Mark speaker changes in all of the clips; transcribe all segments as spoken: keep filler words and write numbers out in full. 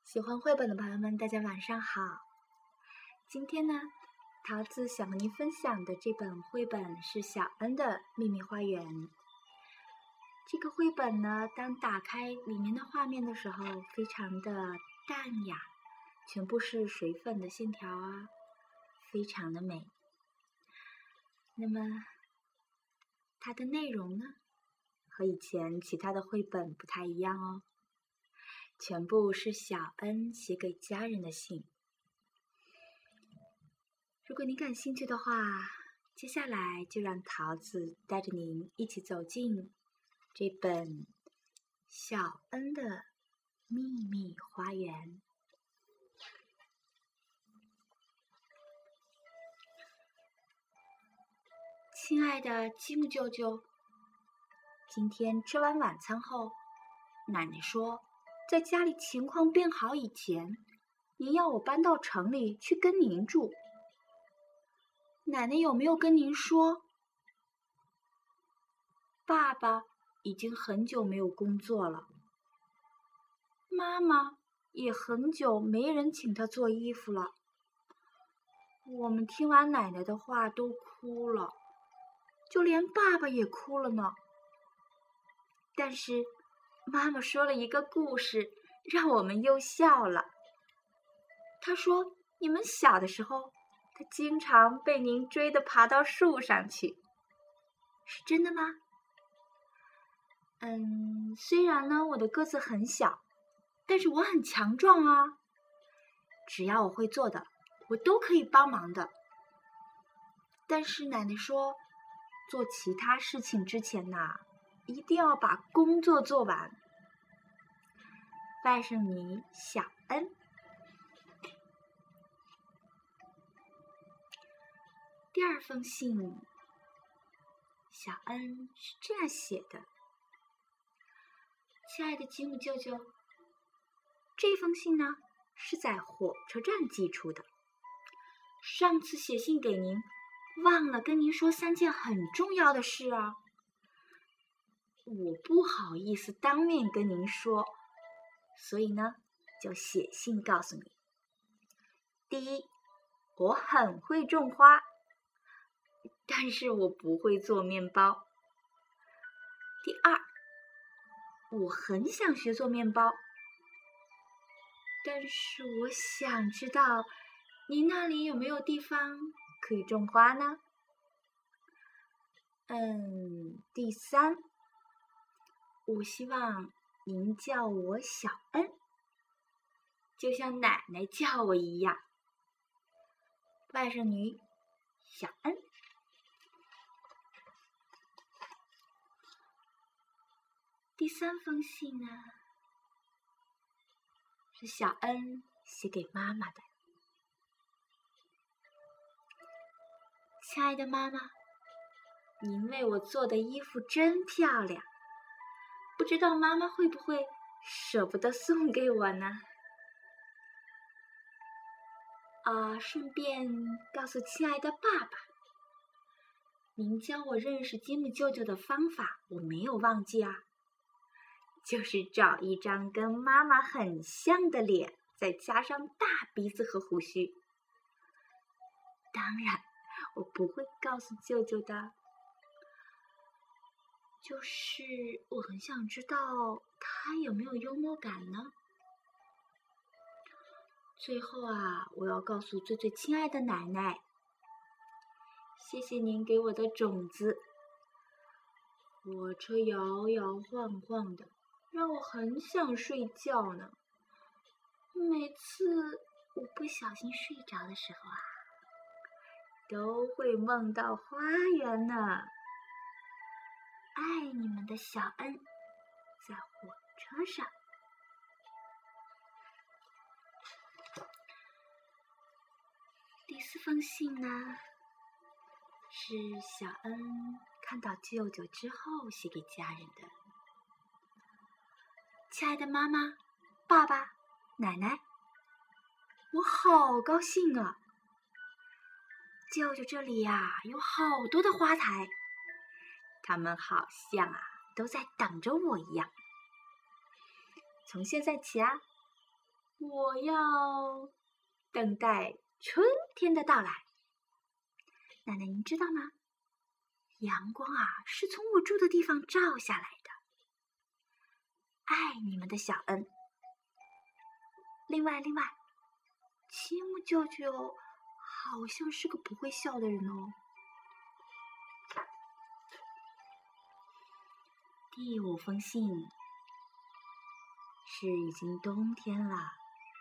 Speaker 1: 喜欢绘本的朋友们，大家晚上好。今天呢，桃子想和您分享的这本绘本是小恩的秘密花园。这个绘本呢，当打开里面的画面的时候，非常的淡雅，全部是水粉的线条啊，非常的美。那么，它的内容呢，和以前其他的绘本不太一样哦。全部是小恩写给家人的信。如果您感兴趣的话，接下来就让桃子带着您一起走进这本小恩的秘密花园。亲爱的吉姆舅舅，今天吃完晚餐后，奶奶说在家里情况变好以前，您要我搬到城里去跟您住。奶奶有没有跟您说？爸爸已经很久没有工作了，妈妈也很久没人请她做衣服了。我们听完奶奶的话都哭了，就连爸爸也哭了呢。但是妈妈说了一个故事，让我们又笑了。她说，你们小的时候，她经常被您追着爬到树上去。是真的吗？嗯，虽然呢，我的个子很小，但是我很强壮啊。只要我会做的，我都可以帮忙的。但是奶奶说，做其他事情之前呐，一定要把工作做完。外甥女小恩。第二封信，小恩是这样写的：亲爱的吉姆舅舅，这封信呢是在火车站寄出的。上次写信给您，忘了跟您说三件很重要的事啊。我不好意思当面跟您说，所以呢，就写信告诉你。第一，我很会种花，但是我不会做面包。第二，我很想学做面包，但是我想知道您那里有没有地方可以种花呢？嗯，第三，我希望您叫我小恩，就像奶奶叫我一样。外甥女小恩。第三封信呢，是小恩写给妈妈的。亲爱的妈妈，您为我做的衣服真漂亮，不知道妈妈会不会舍不得送给我呢？啊，顺便告诉亲爱的爸爸，您教我认识吉姆舅舅的方法，我没有忘记啊。就是找一张跟妈妈很像的脸，再加上大鼻子和胡须。当然，我不会告诉舅舅的。就是我很想知道他有没有幽默感呢？最后啊，我要告诉最最亲爱的奶奶，谢谢您给我的种子。火车摇摇晃晃的，让我很想睡觉呢。每次我不小心睡着的时候啊，都会梦到花园呢。爱你们的小恩，在火车上。第四封信呢，是小恩看到舅舅之后写给家人的。亲爱的妈妈、爸爸、奶奶，我好高兴啊！舅舅这里呀，有好多的花台，他们好像啊都在等着我一样。从现在起啊， 我要等待春天的到来。奶奶，您知道吗？阳光啊，是从我住的地方照下来的。爱你们的小恩。另外，另外，吉姆舅舅好像是个不会笑的人哦。第五封信是已经冬天了。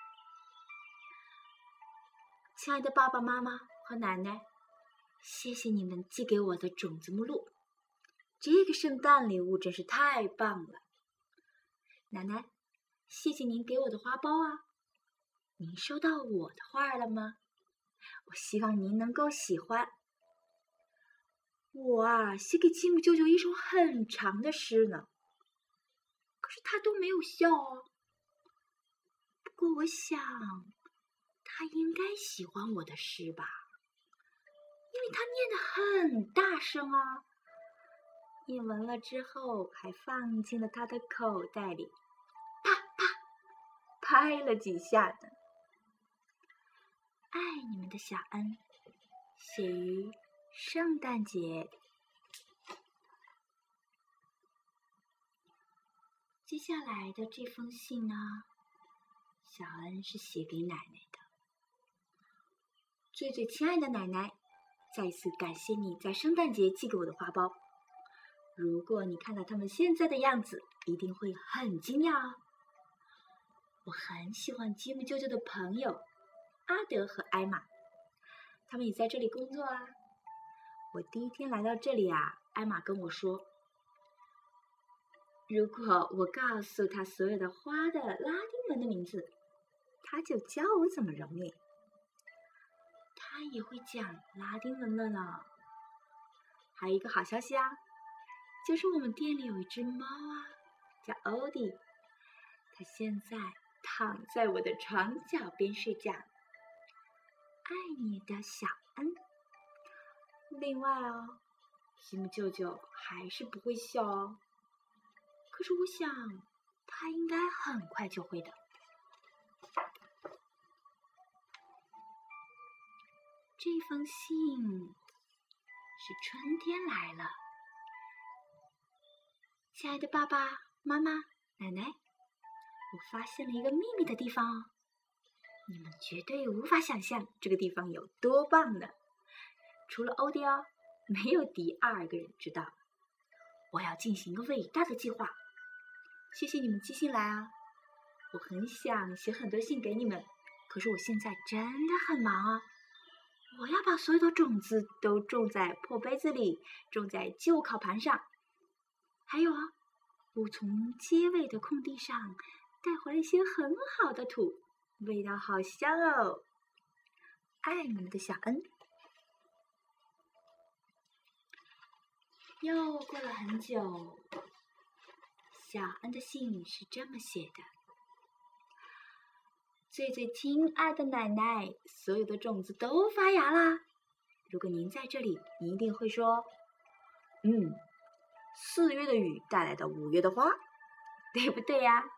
Speaker 1: 亲爱的爸爸妈妈和奶奶，谢谢你们寄给我的种子目录，这个圣诞礼物真是太棒了。奶奶，谢谢您给我的花苞啊，您收到我的画了吗？我希望您能够喜欢。我啊，写给吉姆舅舅一首很长的诗呢，可是他都没有笑哦。不过我想，他应该喜欢我的诗吧，因为他念得很大声啊。念完了之后，还放进了他的口袋里，啪啪拍了几下的。爱你们的小恩，写于圣诞节。接下来的这封信呢，小恩是写给奶奶的。最最亲爱的奶奶，再次感谢你在圣诞节寄给我的花苞。如果你看到他们现在的样子，一定会很惊讶哦。我很喜欢吉姆舅舅的朋友阿德和艾玛，他们也在这里工作啊。我第一天来到这里啊，艾玛跟我说，如果我告诉他所有的花的拉丁文的名字，他就教我怎么揉捏。他也会讲拉丁文了呢。还有一个好消息啊，就是我们店里有一只猫啊，叫欧迪，它现在躺在我的床脚边睡觉。爱你的小恩。另外哦，吉姆舅舅还是不会笑哦，可是我想他应该很快就会的。这封信是春天来了。亲爱的爸爸妈妈奶奶，我发现了一个秘密的地方哦，你们绝对无法想象这个地方有多棒呢。除了欧迪哦，没有第二个人知道。我要进行一个伟大的计划。谢谢你们寄信来啊，我很想写很多信给你们，可是我现在真的很忙啊。我要把所有的种子都种在破杯子里，种在旧烤盘上。还有啊，我从街尾的空地上带回了一些很好的土，味道好香哦。爱你们的小恩。又过了很久，小恩的信是这么写的：最最亲爱的奶奶，所有的种子都发芽啦。如果您在这里，您一定会说，嗯，四月的雨带来的五月的花，对不对呀？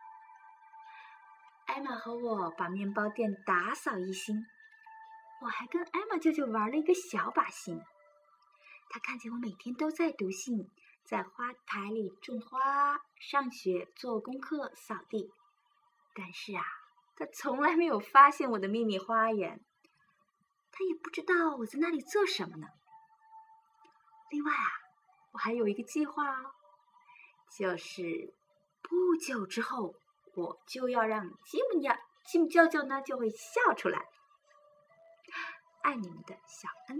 Speaker 1: 艾玛和我把面包店打扫一新，我还跟艾玛舅舅玩了一个小把戏呢。他看见我每天都在读信，在花台里种花、上学、做功课、扫地，但是啊，他从来没有发现我的秘密花园，他也不知道我在那里做什么呢。另外啊，我还有一个计划哦，就是不久之后，我就要让吉姆呀、吉姆舅舅呢就会笑出来。爱你们的小恩。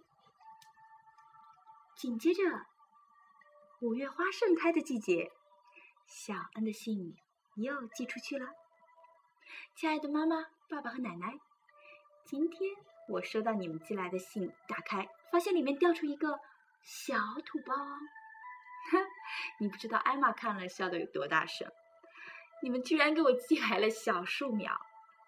Speaker 1: 紧接着，五月花盛开的季节，小恩的信又寄出去了。亲爱的妈妈、爸爸和奶奶，今天我收到你们寄来的信，打开发现里面掉出一个小土包。你不知道艾玛看了笑得有多大声，你们居然给我寄来了小树苗。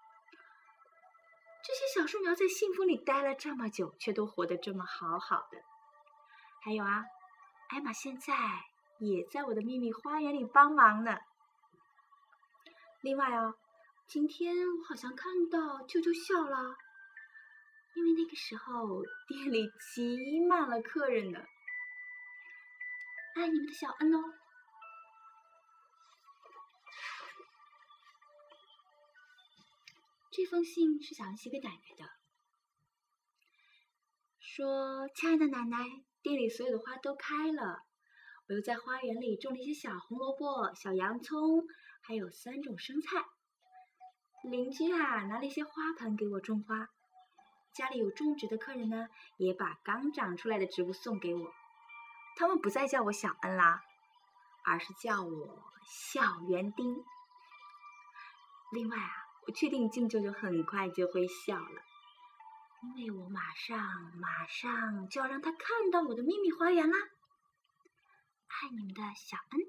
Speaker 1: 这些小树苗在信封里待了这么久，却都活得这么好好的。还有啊，艾玛现在也在我的秘密花园里帮忙呢。另外哦， 今天我好像看到舅舅笑了，因为那个时候店里挤满了客人呢。爱你们的小恩哦。这封信是小恩写给奶奶的，说：亲爱的奶奶，店里所有的花都开了，我又在花园里种了一些小红萝卜、小洋葱，还有三种生菜。邻居啊，拿了一些花盆给我种花。家里有种植的客人呢，也把刚长出来的植物送给我。他们不再叫我小恩啦，而是叫我小园丁。另外啊，我确定静舅舅很快就会笑了，因为我马上马上就要让他看到我的秘密花园啦。爱你们的小恩。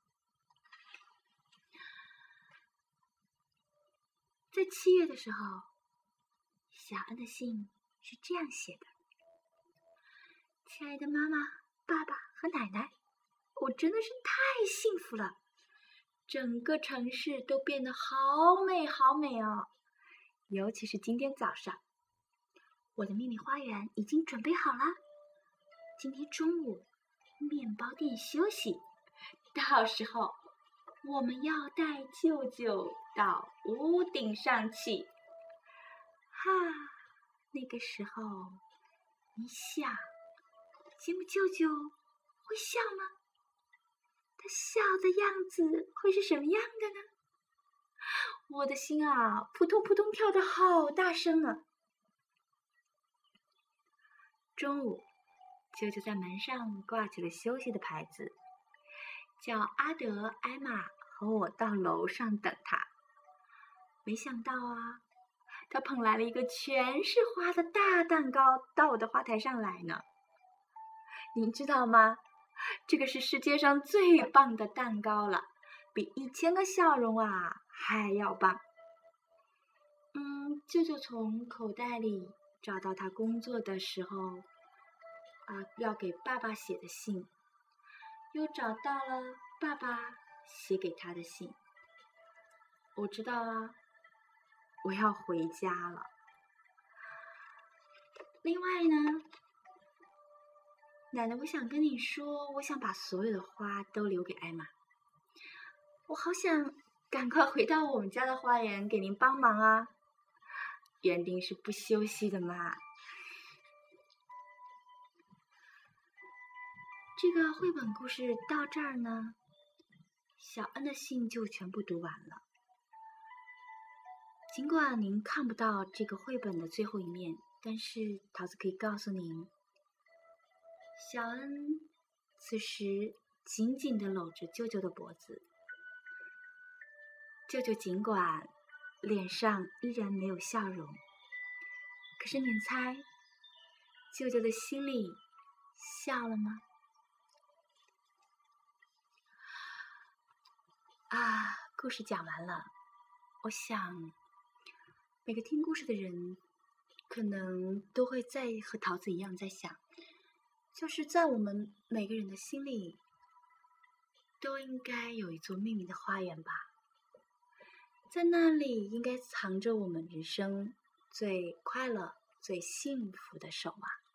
Speaker 1: 在七月的时候，小恩的信是这样写的：亲爱的妈妈、爸爸和奶奶，我真的是太幸福了，整个城市都变得好美好美哦。尤其是今天早上，我的秘密花园已经准备好了。今天中午面包店休息，到时候我们要带舅舅到屋顶上去。哈，那个时候你想，吉姆舅舅会笑吗？他笑的样子会是什么样的呢？我的心啊，扑通扑通跳得好大声啊！中午，舅舅在门上挂起了休息的牌子，叫阿德、艾玛和我到楼上等他。没想到啊，他捧来了一个全是花的大蛋糕到我的花台上来呢。您知道吗？这个是世界上最棒的蛋糕了，比一千个笑容啊还要棒。嗯，舅舅从口袋里找到他工作的时候啊，要给爸爸写的信，又找到了爸爸写给他的信。我知道啊，我要回家了。另外呢，奶奶，我想跟你说，我想把所有的花都留给艾玛。我好想赶快回到我们家的花园给您帮忙啊！园丁是不休息的嘛。这个绘本故事到这儿呢，小恩的信就全部读完了。尽管您看不到这个绘本的最后一面，但是桃子可以告诉您，小恩此时紧紧地搂着舅舅的脖子。舅舅尽管脸上依然没有笑容，可是你猜，舅舅的心里笑了吗？啊，故事讲完了。我想，每个听故事的人，可能都会在和桃子一样在想，就是在我们每个人的心里，都应该有一座秘密的花园吧。在那里应该藏着我们人生最快乐、最幸福的守望。